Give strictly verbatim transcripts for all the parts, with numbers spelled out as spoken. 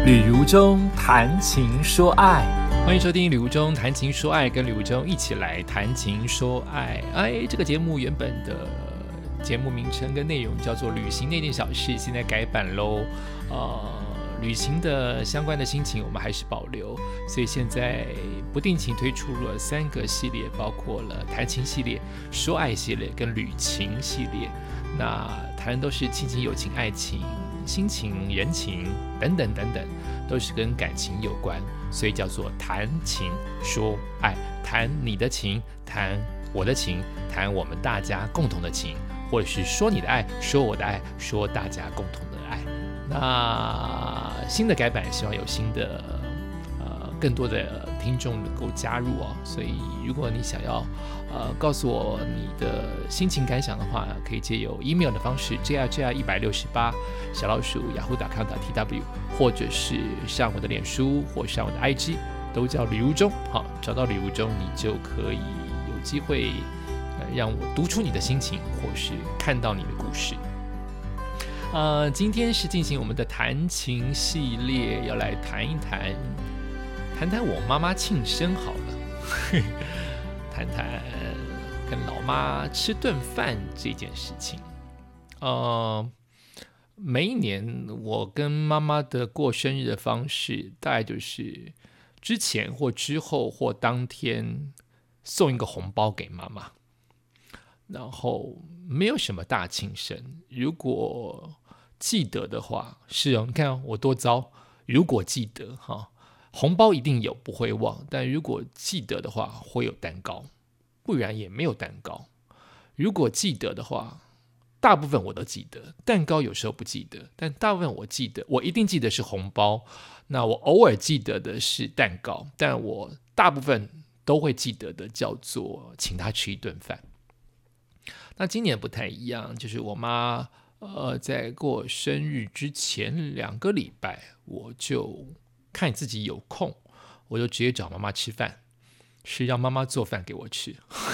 旅如中谈情说爱， 欢迎收听旅如中谈情说爱，跟旅如中一起来谈情说爱。哎，这个节目原本的节目名称跟内容叫做旅行那件小事，现在改版咯。呃，旅行的相关的心情我们还是保留，所以现在不定期推出了三个系列，包括了谈情系列、说爱系列跟旅情系列。那谈的都是亲情、友情、爱情、亲情、人情等等等等，都是跟感情有关，所以叫做谈情说爱。谈你的情，谈我的情，谈我们大家共同的情，或者是说你的爱，说我的爱，说大家共同的爱。那新的改版，希望有新的呃更多的听众能够加入哦。所以如果你想要呃告诉我你的心情感想的话，可以借由 email 的方式 j r j r 一六八 小老鼠 yahoo 点 com 点 t w， 或者是上我的脸书或上我的 I G， 都叫旅如中。好，找到旅如中，你就可以有机会、呃、让我读出你的心情，或是看到你的故事。呃，今天是进行我们的谈情系列，要来谈一谈谈谈我妈妈庆生好了，谈谈跟老妈吃顿饭这件事情。呃，每一年我跟妈妈的过生日的方式，大概就是之前或之后或当天送一个红包给妈妈，然后没有什么大庆生。如果记得的话，是哦，你看、哦、我多糟。如果记得哈，红包一定有，不会忘。但如果记得的话，会有蛋糕，不然也没有蛋糕。如果记得的话，大部分我都记得，蛋糕有时候不记得，但大部分我记得，我一定记得是红包。那我偶尔记得的是蛋糕，但我大部分都会记得的叫做请他吃一顿饭。那今年不太一样，就是我妈呃在过生日之前两个礼拜，我就看自己有空，我就直接找妈妈吃饭，是让妈妈做饭给我吃。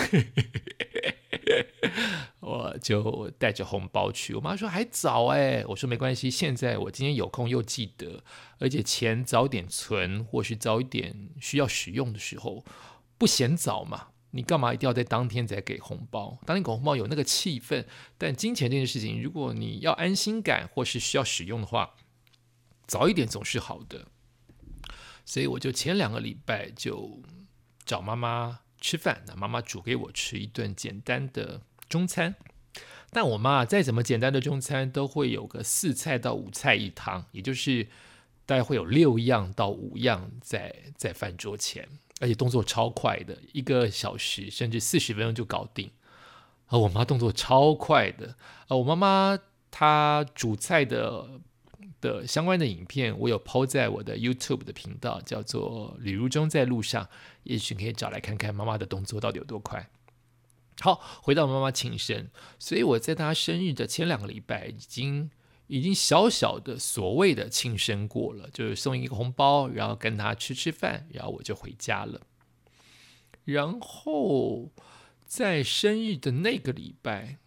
我就带着红包去，我妈说还早哎，我说没关系，现在我今天有空又记得，而且钱早点存，或是早一点需要使用的时候，不嫌早嘛。你干嘛一定要在当天才给红包？当天给红包有那个气氛，但金钱这件事情，如果你要安心感或是需要使用的话，早一点总是好的。所以我就前两个礼拜就找妈妈吃饭，那妈妈煮给我吃一顿简单的中餐。但我妈再怎么简单的中餐，都会有个四菜到五菜一汤，也就是大概会有六样到五样在在饭桌前。而且动作超快的，一个小时甚至四十分钟就搞定。而我妈动作超快的，而我妈妈她煮菜的的相关的影片，我有 po 在我的 YouTube 的频道，叫做旅如中在路上，也许可以找来看看妈妈的动作到底有多快。好，回到妈妈庆生，所以我在她生日的前两个礼拜已经已经小小的所谓的庆生过了，就是送一个红包，然后跟他吃吃饭，然后我就回家了。然后在生日的那个礼拜，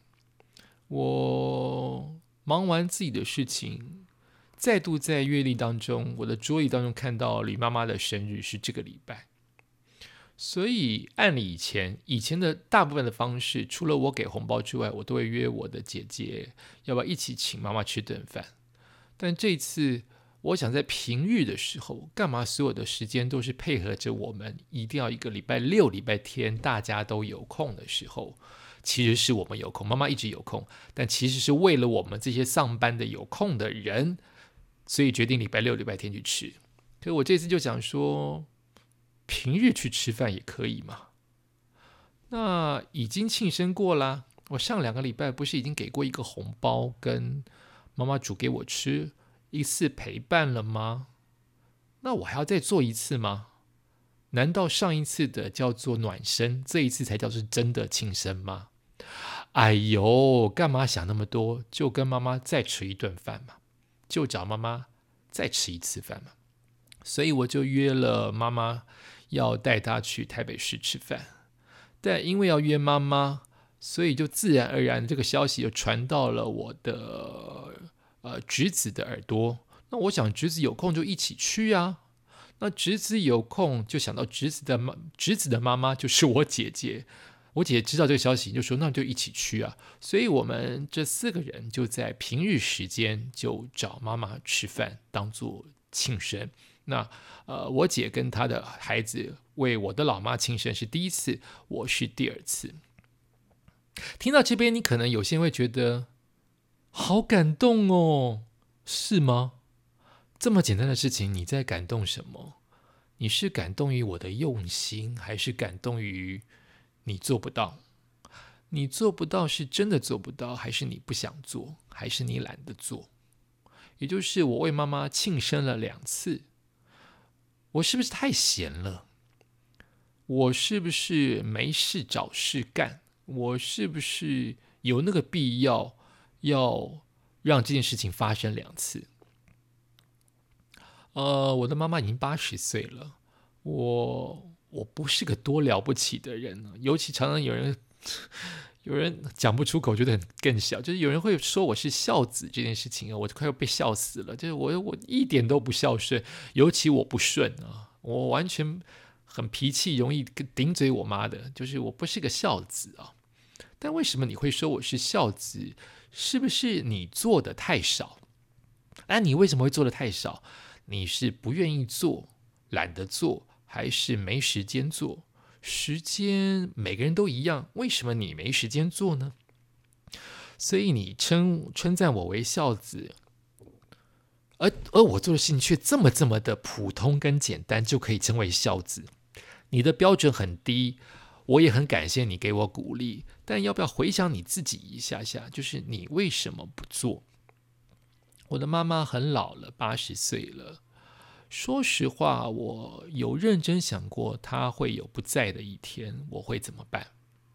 我忙完自己的事情，再度在月历当中，我的桌椅当中看到吕妈妈的生日是这个礼拜。所以按理以前以前的大部分的方式，除了我给红包之外，我都会约我的姐姐要不要一起请妈妈吃顿饭。但这次我想在平日的时候，干嘛所有的时间都是配合着我们一定要一个礼拜六礼拜天大家都有空的时候，其实是我们有空，妈妈一直有空，但其实是为了我们这些上班的有空的人，所以决定礼拜六礼拜天去吃。可是我这次就想说，平日去吃饭也可以嘛？那已经庆生过啦，我上两个礼拜不是已经给过一个红包，跟妈妈煮给我吃一次陪伴了吗？那我还要再做一次吗？难道上一次的叫做暖身，这一次才叫是真的庆生吗？哎呦，干嘛想那么多？就跟妈妈再吃一顿饭嘛，就找妈妈再吃一次饭嘛。所以我就约了妈妈，要带她去台北市吃饭。但因为要约妈妈，所以就自然而然这个消息就传到了我的呃侄子的耳朵。 那我想侄子有空就一起去啊。那侄子有空就想到侄子的妈，侄子的妈妈就是我姐姐。我姐姐知道这个消息，就说那就一起去啊。所以我们这四个人就在平日时间就找妈妈吃饭，当做庆生。那呃，我姐跟她的孩子为我的老妈庆生是第一次，我是第二次。听到这边，你可能有些人会觉得好感动哦，是吗？这么简单的事情，你在感动什么？你是感动于我的用心，还是感动于你做不到？你做不到是真的做不到，还是你不想做，还是你懒得做？也就是我为妈妈庆生了两次，我是不是太闲了？我是不是没事找事干？我是不是有那个必要要让这件事情发生两次？呃，我的妈妈已经八十岁了，我我不是个多了不起的人，尤其常常有人有人讲不出口，觉得很更小，就是有人会说我是孝子这件事情啊，我快要被笑死了，就是我我一点都不孝顺，尤其我不顺啊，我完全很脾气，容易顶嘴我妈的，就是我不是个孝子啊。但为什么你会说我是孝子？是不是你做的太少？哎，你为什么会做的太少？你是不愿意做，懒得做，还是没时间做？时间每个人都一样，为什么你没时间做呢？所以你称称赞我为孝子，而而我做的事情却这么这么的普通跟简单，就可以称为孝子。你的标准很低，我也很感谢你给我鼓励，但要不要回想你自己一下下，就是你为什么不做？我的妈妈很老了，八十岁了。说实话，我有认真想过，她会有不在的一天，我会怎么办？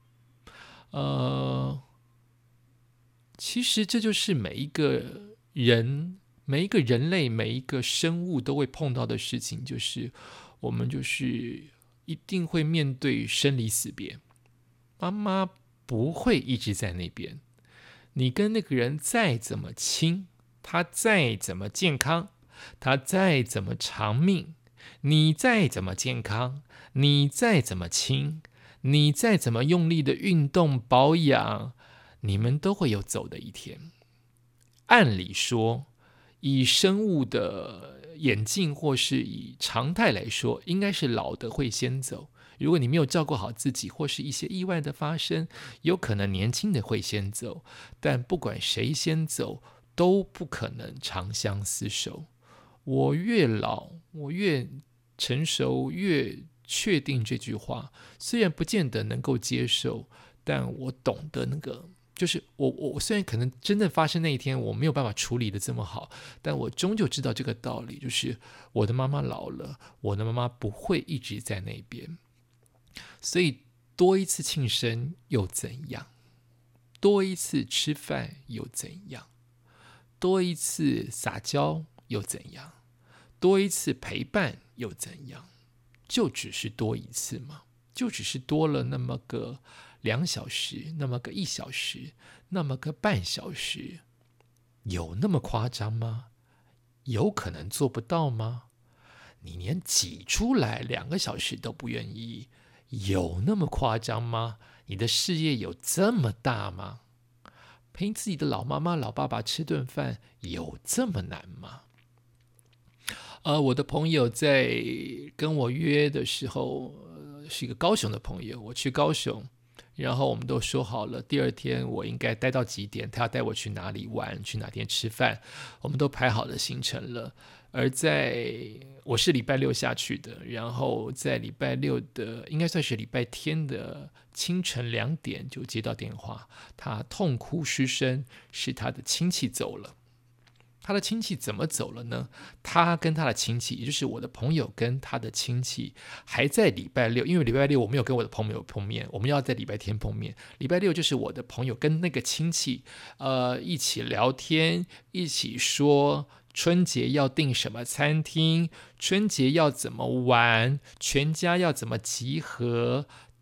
呃，其实这就是每一个人、每一个人类、每一个生物都会碰到的事情，就是我们就是一定会面对生离死别。妈妈不会一直在那边，你跟那个人再怎么亲，他再怎么健康，他再怎么长命，你再怎么健康，你再怎么亲，你再怎么用力的运动保养，你们都会有走的一天。按理说，以生物的演进或是以常态来说，应该是老的会先走。如果你没有照顾好自己，或是一些意外的发生，有可能年轻的会先走。但不管谁先走，都不可能长相厮守。我越老，我越成熟，越确定这句话。虽然不见得能够接受，但我懂得那个，就是我我虽然可能真的发生那一天，我没有办法处理的这么好，但我终究知道这个道理，就是我的妈妈老了，我的妈妈不会一直在那边。所以多一次庆生又怎样？多一次吃饭又怎样？多一次撒娇又怎样？多一次陪伴又怎样？就只是多一次吗？就只是多了那么个两小时，那么个一小时，那么个半小时，有那么夸张吗？有可能做不到吗？你连挤出来两个小时都不愿意，有那么夸张吗？你的事业有这么大吗？陪自己的老妈妈、老爸爸吃顿饭有这么难吗？呃，我的朋友在跟我约的时候，呃、是一个高雄的朋友，我去高雄，然后我们都说好了，第二天我应该待到几点，他要带我去哪里玩，去哪天吃饭，我们都排好了行程了。而在我是礼拜六下去的，然后在礼拜六的应该算是礼拜天的清晨两点就接到电话，他痛哭失声，是他的亲戚走了。他的亲戚怎么走了呢？他跟他的亲戚，也就是我的朋友跟他的亲戚，还在礼拜六，因为礼拜六我没有跟我的朋友碰面，我们要在礼拜天碰面。礼拜六就是我的朋友跟那个亲戚，呃，一起聊天，一起说春节要订什么餐厅，春节要怎么玩，全家要怎么集合，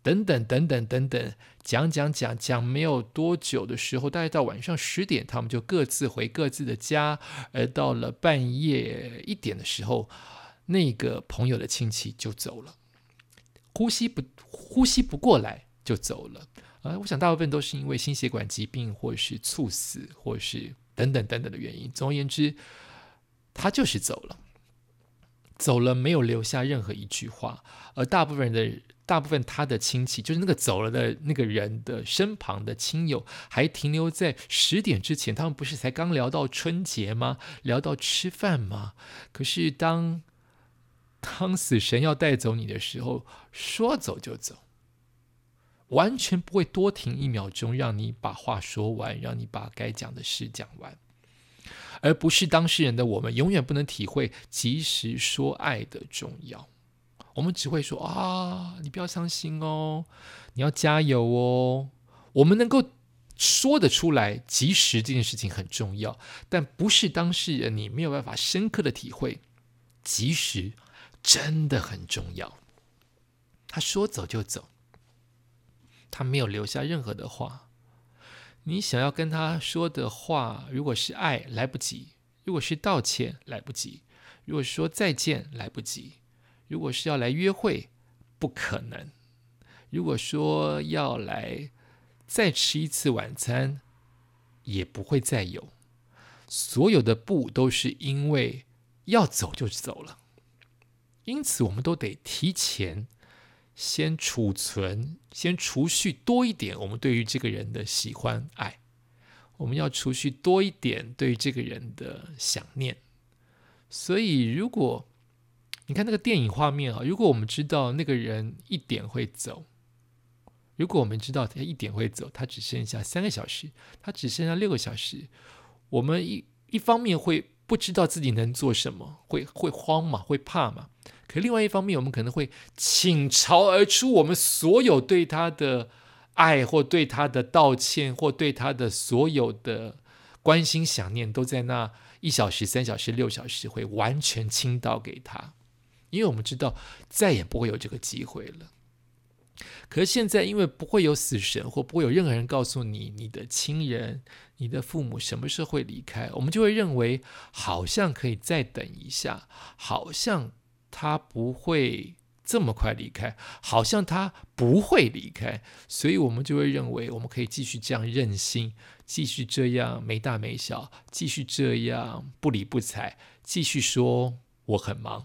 等等等等等等，讲讲讲讲，没有多久的时候，大概到晚上十点，他们就各自回各自的家。而到了半夜一点的时候，那个朋友的亲戚就走了，呼吸不呼吸不过来就走了。呃，我想大部分都是因为心血管疾病，或是猝死，或是等等等等的原因。总而言之，他就是走了，走了没有留下任何一句话。而大部分人的大部分他的亲戚，就是那个走了的那个人的身旁的亲友，还停留在十点之前。他们不是才刚聊到春节吗？聊到吃饭吗？可是当当死神要带走你的时候，说走就走，完全不会多停一秒钟，让你把话说完，让你把该讲的事讲完。而不是当事人的我们，永远不能体会及时说爱的重要。我们只会说啊，你不要伤心哦，你要加油哦。我们能够说得出来，及时这件事情很重要，但不是当事人，你没有办法深刻的体会，及时真的很重要。他说走就走，他没有留下任何的话。你想要跟他说的话，如果是爱，来不及；如果是道歉，来不及；如果说再见，来不及；如果是要来约会，不可能；如果说要来再吃一次晚餐，也不会再有。所有的不都是因为要走就走了，因此我们都得提前先储存，先储蓄多一点我们对于这个人的喜欢爱，我们要储蓄多一点对于这个人的想念。所以如果你看那个电影画面啊，如果我们知道那个人一点会走，如果我们知道他一点会走，他只剩下三个小时，他只剩下六个小时，我们一一方面会不知道自己能做什么，会会慌嘛，会怕嘛。可另外一方面，我们可能会倾巢而出，我们所有对他的爱，或对他的道歉，或对他的所有的关心想念，都在那一小时、三小时、六小时会完全倾倒给他，因为我们知道再也不会有这个机会了。可是现在，因为不会有死神，或不会有任何人告诉你你的亲人、你的父母什么时候会离开，我们就会认为好像可以再等一下，好像他不会这么快离开，好像他不会离开，所以我们就会认为我们可以继续这样任性，继续这样没大没小，继续这样不理不睬，继续说我很忙。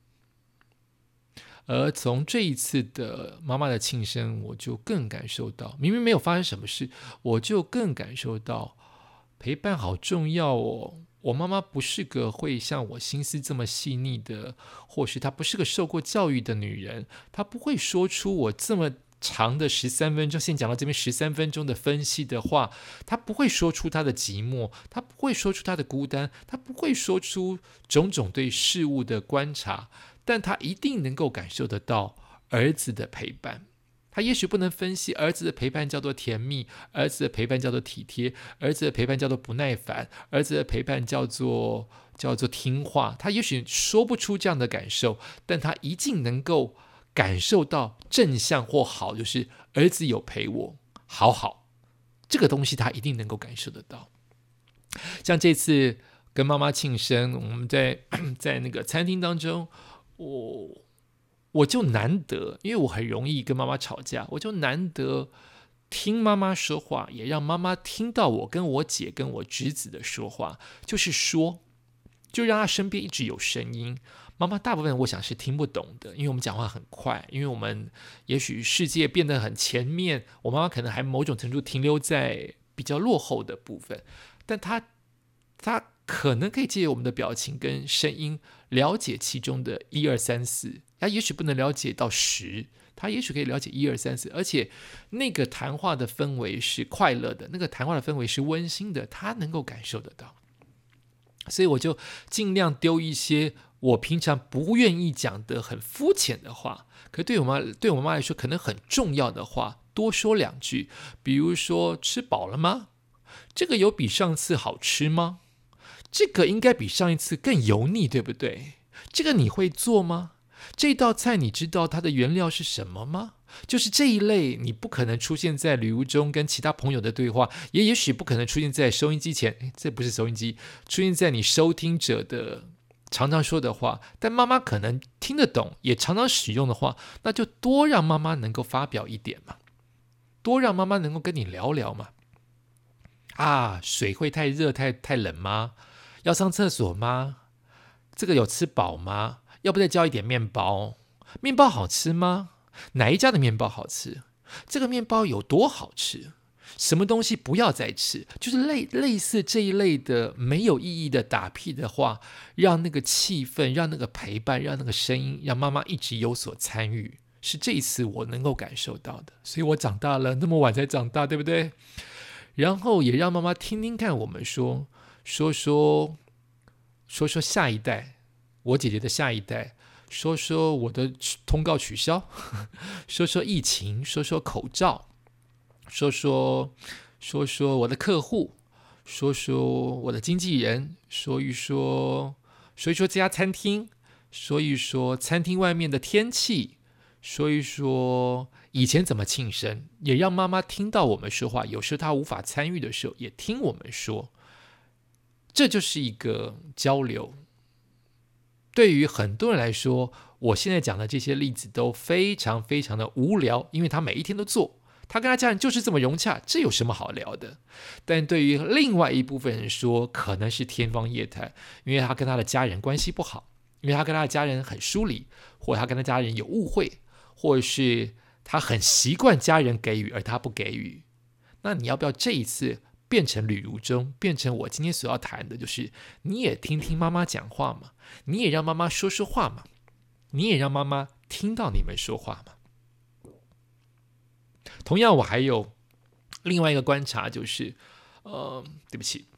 而从这一次的妈妈的庆生，我就更感受到，明明没有发生什么事，我就更感受到陪伴好重要哦。我妈妈不是个会像我心思这么细腻的，或是她不是个受过教育的女人，她不会说出我这么长的十三分钟，先讲到这边十三分钟的分析的话，她不会说出她的寂寞，她不会说出她的孤单，她不会说出种种对事物的观察，但她一定能够感受得到儿子的陪伴。他也许不能分析儿子的陪伴叫做甜蜜，儿子的陪伴叫做体贴，儿子的陪伴叫做不耐烦，儿子的陪伴叫做叫做听话。他也许说不出这样的感受，但他一定能够感受到正向或好，就是儿子有陪我，好好，这个东西他一定能够感受得到。像这次跟妈妈庆生，我们在在那个餐厅当中，我。我就难得，因为我很容易跟妈妈吵架，我就难得听妈妈说话，也让妈妈听到我跟我姐跟我侄子的说话，就是说，就让她身边一直有声音。妈妈大部分我想是听不懂的，因为我们讲话很快，因为我们也许世界变得很前面，我妈妈可能还某种程度停留在比较落后的部分，但她她可能可以借由我们的表情跟声音了解其中的一二三四。他也许不能了解到十，他也许可以了解一二三四，而且那个谈话的氛围是快乐的，那个谈话的氛围是温馨的，他能够感受得到。所以我就尽量丢一些我平常不愿意讲的很肤浅的话，可对我妈对我妈来说可能很重要的话，多说两句。比如说，吃饱了吗？这个有比上次好吃吗？这个应该比上一次更油腻，对不对？这个你会做吗？这道菜你知道它的原料是什么吗？ 就是这一类你不可能出现在旅途中跟其他朋友的对话，也也许不可能出现在收音机前，这不是收音机，出现在你收听者的常常说的话，但妈妈可能听得懂，也常常使用的话，那就多让妈妈能够发表一点嘛，多让妈妈能够跟你聊聊嘛。啊，水会太热太太冷吗？要上厕所吗？这个有吃饱吗？要不再叫一点面包？面包好吃吗？哪一家的面包好吃？这个面包有多好吃？什么东西不要再吃？就是类类似这一类的没有意义的打屁的话，让那个气氛，让那个陪伴，让那个声音，让妈妈一直有所参与，是这一次我能够感受到的。所以我长大了，那么晚才长大，对不对？然后也让妈妈听听看我们说说说说说下一代，我姐姐的下一代，说说我的通告取消，说说疫情，说说口罩，说说说说我的客户，说说我的经纪人，说一说说一说这家餐厅，说一说餐厅外面的天气，说一说以前怎么庆生，也让妈妈听到我们说话，有时候她无法参与的时候也听我们说，这就是一个交流。对于很多人来说，我现在讲的这些例子都非常非常的无聊，因为他每一天都做，他跟他家人就是这么融洽，这有什么好聊的？但对于另外一部分人说，可能是天方夜谭，因为他跟他的家人关系不好，因为他跟他的家人很疏离，或者他跟他家人有误会，或者是他很习惯家人给予而他不给予。那你要不要这一次变成旅如中，变成我今天所要谈的，就是你也听听妈妈讲话嘛，你也让妈妈说说话嘛，你也让妈妈听到你们说话嘛。同样我还有另外一个观察，就是呃，对不起，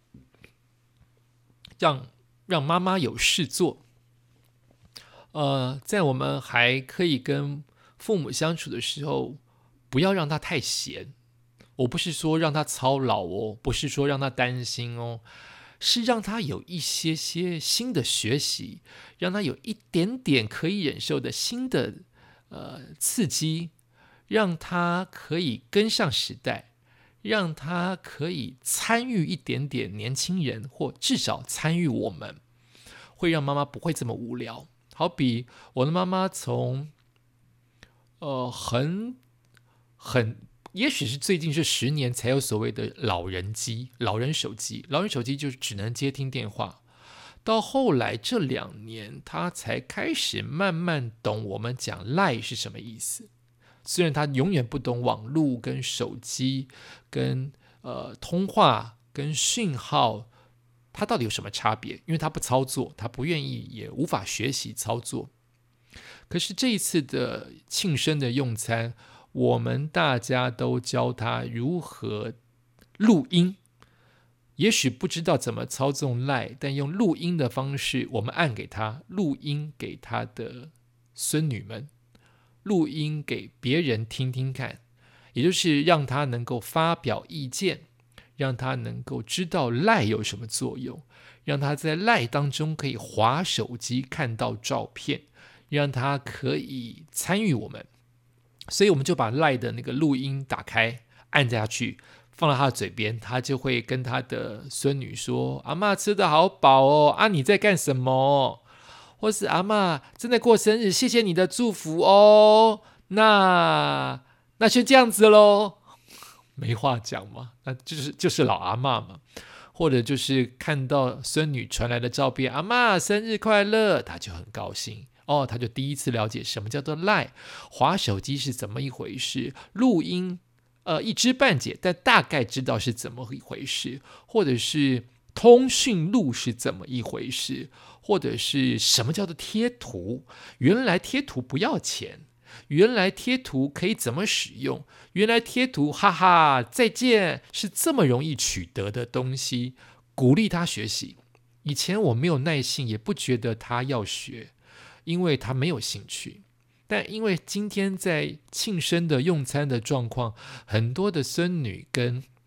让让妈妈有事做。呃，在我们还可以跟父母相处的时候，不要让他太闲。我不是说让他操劳哦，不是说让他担心哦，是让他有一些些新的学习，让他有一点点可以忍受的新的呃刺激，让他可以跟上时代，让他可以参与一点点年轻人，或至少参与我们，会让妈妈不会这么无聊。好比我的妈妈从呃很很也许是最近这十年才有所谓的老人机、老人手机。老人手机就是只能接听电话，到后来这两年，他才开始慢慢懂我们讲 LINE 是什么意思。虽然他永远不懂网络跟手机跟呃通话跟讯号，它到底有什么差别？因为他不操作，他不愿意，也无法学习操作。可是这一次的庆生的用餐，我们大家都教他如何录音，也许不知道怎么操纵 LINE， 但用录音的方式，我们按给他录音给他的孙女们，录音给别人听听看，也就是让他能够发表意见，让他能够知道 LINE 有什么作用，让他在 LINE 当中可以滑手机看到照片，让他可以参与我们。所以我们就把 LINE 的那个录音打开，按下去，放到他的嘴边，他就会跟他的孙女说：阿嬷吃得好饱哦，啊你在干什么？或是阿嬷正在过生日，谢谢你的祝福哦。那那就这样子咯，没话讲嘛，那就是就是老阿嬷嘛。或者就是看到孙女传来的照片，阿嬷生日快乐，他就很高兴。哦，他就第一次了解什么叫做 LINE， 滑手机是怎么一回事，录音呃一知半解，但大概知道是怎么一回事，或者是通讯录是怎么一回事，或者是什么叫做贴图，原来贴图不要钱，原来贴图可以怎么使用，原来贴图哈哈再见是这么容易取得的东西，鼓励他学习。以前我没有耐性，也不觉得他要学，因为他没有兴趣。但因为今天在庆生的用餐的状况，很多的孙女跟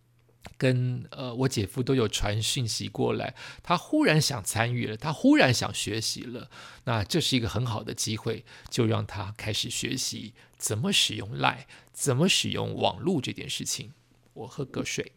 跟呃我姐夫都有传讯息过来，他忽然想参与了，他忽然想学习了，那这是一个很好的机会，就让他开始学习怎么使用 LINE， 怎么使用网络这件事情。我喝个水。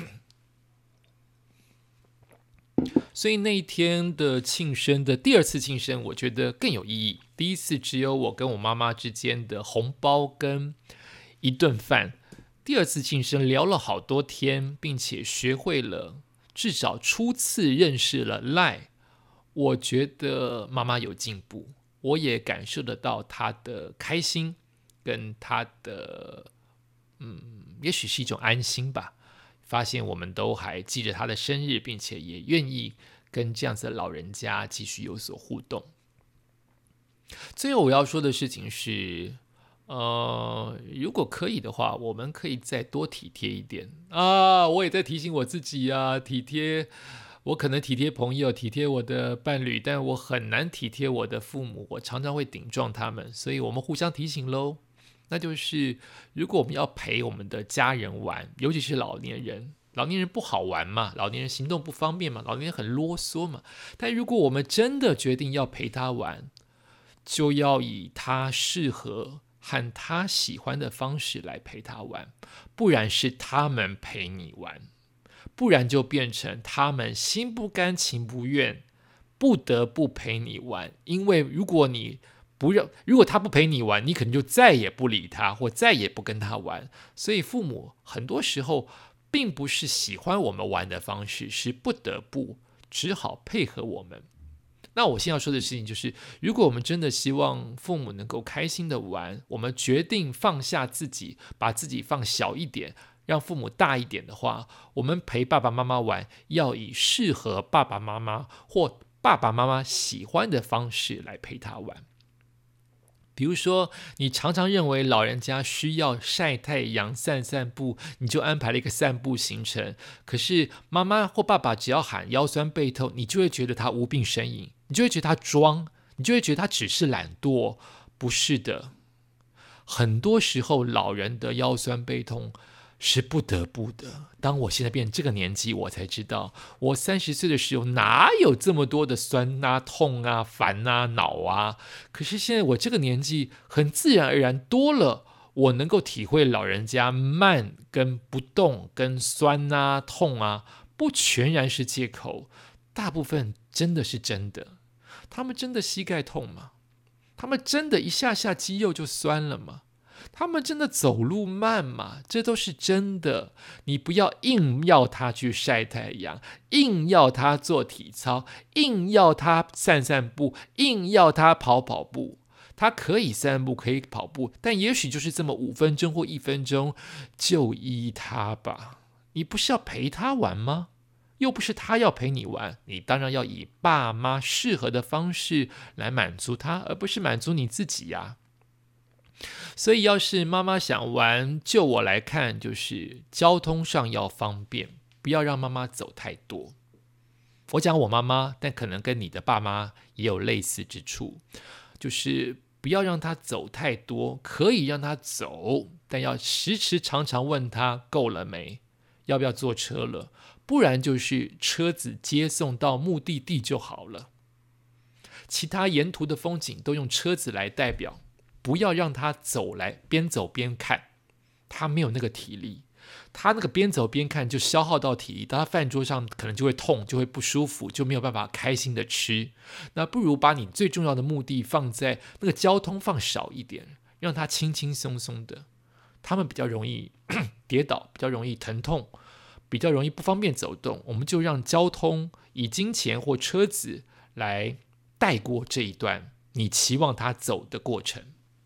所以那一天的庆生的第二次庆生，我觉得更有意义。第一次只有我跟我妈妈之间的红包跟一顿饭。第二次庆生聊了好多天，并且学会了，至少初次认识了 LINE。 我觉得妈妈有进步，我也感受得到她的开心，跟她的嗯，也许是一种安心吧。发现我们都还记着她的生日，并且也愿意跟这样子的老人家继续有所互动。最后我要说的事情是，呃，如果可以的话，我们可以再多体贴一点啊！我也在提醒我自己啊，体贴，我可能体贴朋友，体贴我的伴侣，但我很难体贴我的父母，我常常会顶撞他们，所以我们互相提醒咯。那就是如果我们要陪我们的家人玩，尤其是老年人，老年人不好玩嘛，老年人行动不方便嘛，老年人很啰嗦嘛，但如果我们真的决定要陪他玩，就要以他适合和他喜欢的方式来陪他玩，不然是他们陪你玩，不然就变成他们心不甘情不愿，不得不陪你玩。因为如果你不让，如果他不陪你玩，你可能就再也不理他，或再也不跟他玩。所以父母很多时候并不是喜欢我们玩的方式，是不得不只好配合我们。那我现在要说的事情就是，如果我们真的希望父母能够开心的玩，我们决定放下自己，把自己放小一点，让父母大一点的话，我们陪爸爸妈妈玩，要以适合爸爸妈妈或爸爸妈妈喜欢的方式来陪他玩。比如说，你常常认为老人家需要晒太阳、散散步，你就安排了一个散步行程。可是妈妈或爸爸只要喊腰酸背痛，你就会觉得他无病呻吟，你就会觉得他装，你就会觉得他只是懒惰。不是的，很多时候老人的腰酸背痛是不得不的。当我现在变这个年纪，我才知道，我三十岁的时候哪有这么多的酸啊、痛啊、烦啊、恼啊？可是现在我这个年纪，很自然而然多了，我能够体会老人家慢跟不动跟酸啊、痛啊，不全然是借口，大部分真的是真的。他们真的膝盖痛吗？他们真的一下下肌肉就酸了吗？他们真的走路慢吗？这都是真的。你不要硬要他去晒太阳，硬要他做体操，硬要他散散步，硬要他跑跑步。他可以散步，可以跑步，但也许就是这么五分钟或一分钟，就依他吧。你不是要陪他玩吗？又不是他要陪你玩，你当然要以爸妈适合的方式来满足他，而不是满足你自己呀。所以要是妈妈想玩，就我来看，就是交通上要方便，不要让妈妈走太多。我讲我妈妈，但可能跟你的爸妈也有类似之处，就是不要让她走太多，可以让她走，但要时时常常问她够了没，要不要坐车了，不然就是车子接送到目的地就好了。其他沿途的风景都用车子来代表，不要让他走来边走边看，他没有那个体力，他那个边走边看就消耗到体力，到他饭桌上可能就会痛，就会不舒服，就没有办法开心的吃。那不如把你最重要的目的放在那个交通放少一点，让他轻轻松松的。他们比较容易跌倒，比较容易疼痛，比较容易不方便走动，我们就让交通以金钱或车子来带过这一段你期望他走的过程。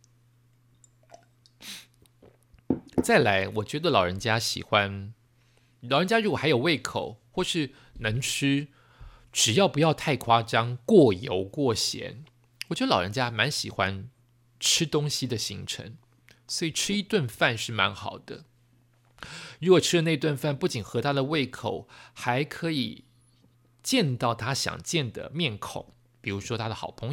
再来，我觉得老人家喜欢，老人家如果还有胃口或是能吃，只要不要太夸张，过油过咸，我觉得老人家蛮喜欢吃东西的行程，所以吃一顿饭是蛮好的。如果吃的那顿饭不仅合他的胃口，还可以见到他想见的面孔，比如说他的好朋友，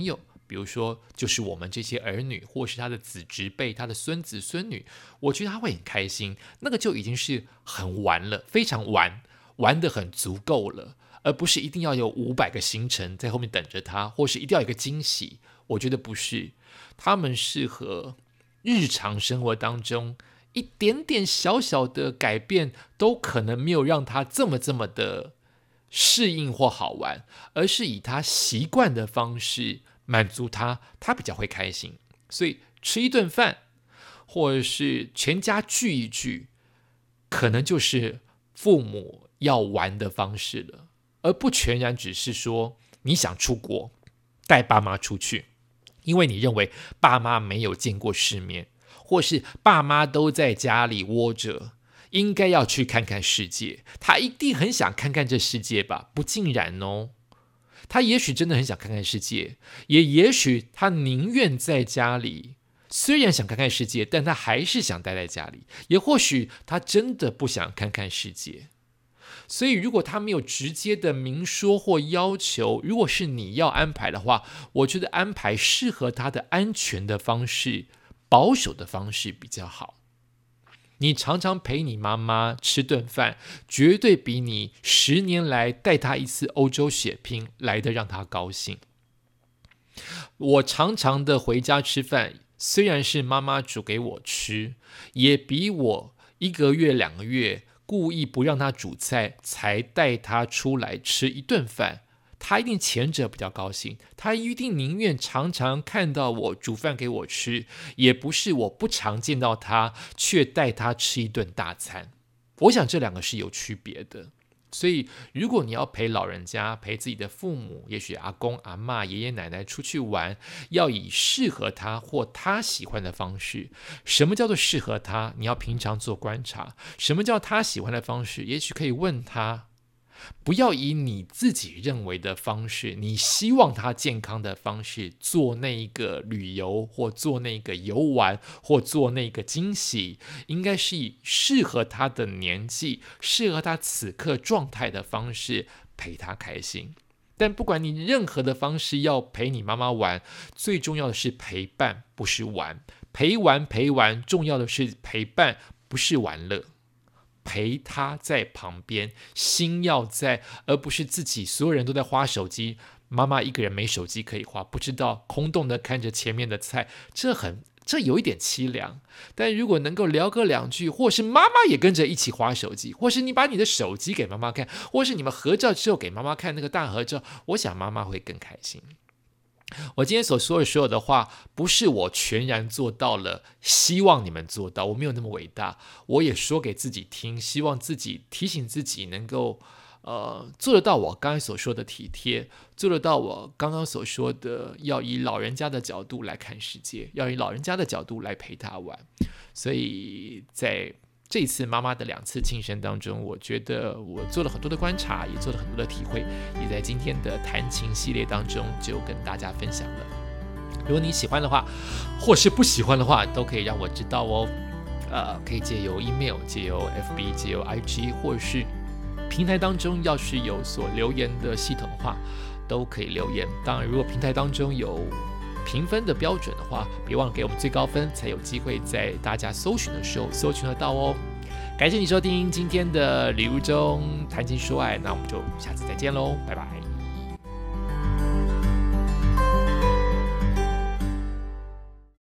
比如说就是我们这些儿女，或是他的子侄辈、他的孙子孙女，我觉得他会很开心，那个就已经是很玩了，非常玩，玩得很足够了，而不是一定要有五百个行程在后面等着他，或是一定要有一个惊喜。我觉得不是，他们适合日常生活当中一点点小小的改变，都可能没有让他这么这么的适应或好玩，而是以他习惯的方式满足他，他比较会开心。所以吃一顿饭，或者是全家聚一聚，可能就是父母要玩的方式了，而不全然只是说你想出国带爸妈出去，因为你认为爸妈没有见过世面，或是爸妈都在家里窝着，应该要去看看世界。他一定很想看看这世界吧？不尽然哦，他也许真的很想看看世界，也也许他宁愿在家里，虽然想看看世界，但他还是想待在家里，也或许他真的不想看看世界。所以如果他没有直接的明说或要求，如果是你要安排的话，我觉得安排适合他的安全的方式，保守的方式比较好。你常常陪你妈妈吃顿饭，绝对比你十年来带她一次欧洲血拼来得让她高兴。我常常的回家吃饭，虽然是妈妈煮给我吃，也比我一个月两个月故意不让她煮菜才带她出来吃一顿饭，他一定前者比较高兴，他一定宁愿常常看到我煮饭给我吃，也不是我不常见到他却带他吃一顿大餐。我想这两个是有区别的。所以如果你要陪老人家，陪自己的父母，也许阿公阿嬷爷爷奶奶出去玩，要以适合他或他喜欢的方式。什么叫做适合他？你要平常做观察。什么叫他喜欢的方式？也许可以问他，不要以你自己认为的方式，你希望他健康的方式做那一个旅游，或做那个游玩，或做那个惊喜，应该是以适合他的年纪，适合他此刻状态的方式陪他开心。但不管你任何的方式要陪你妈妈玩，最重要的是陪伴，不是玩。陪玩陪玩，重要的是陪伴，不是玩乐。陪他在旁边，心要在，而不是自己所有人都在滑手机，妈妈一个人没手机可以滑，不知道，空洞的看着前面的菜，这很这有一点凄凉。但如果能够聊个两句，或是妈妈也跟着一起滑手机，或是你把你的手机给妈妈看，或是你们合照之后给妈妈看那个大合照，我想妈妈会更开心。我今天所说的所有的话，不是我全然做到了，希望你们做到，我没有那么伟大，我也说给自己听，希望自己提醒自己能够呃做得到我刚才所说的体贴，做得到我刚刚所说的要以老人家的角度来看世界，要以老人家的角度来陪他玩。所以在这一次妈妈的两次庆生当中，我觉得我做了很多的观察，也做了很多的体会，也在今天的谈情系列当中就跟大家分享了。如果你喜欢的话，或是不喜欢的话，都可以让我知道哦。呃，可以借由 email、借由 F B、借由 I G， 或者是平台当中要是有所留言的系统的话，都可以留言。当然，如果平台当中有评分的标准的话，别忘了给我们最高分，才有机会在大家搜寻的时候搜寻得到哦。感谢你收听今天的李如中谈情说爱，那我们就下次再见喽，拜拜。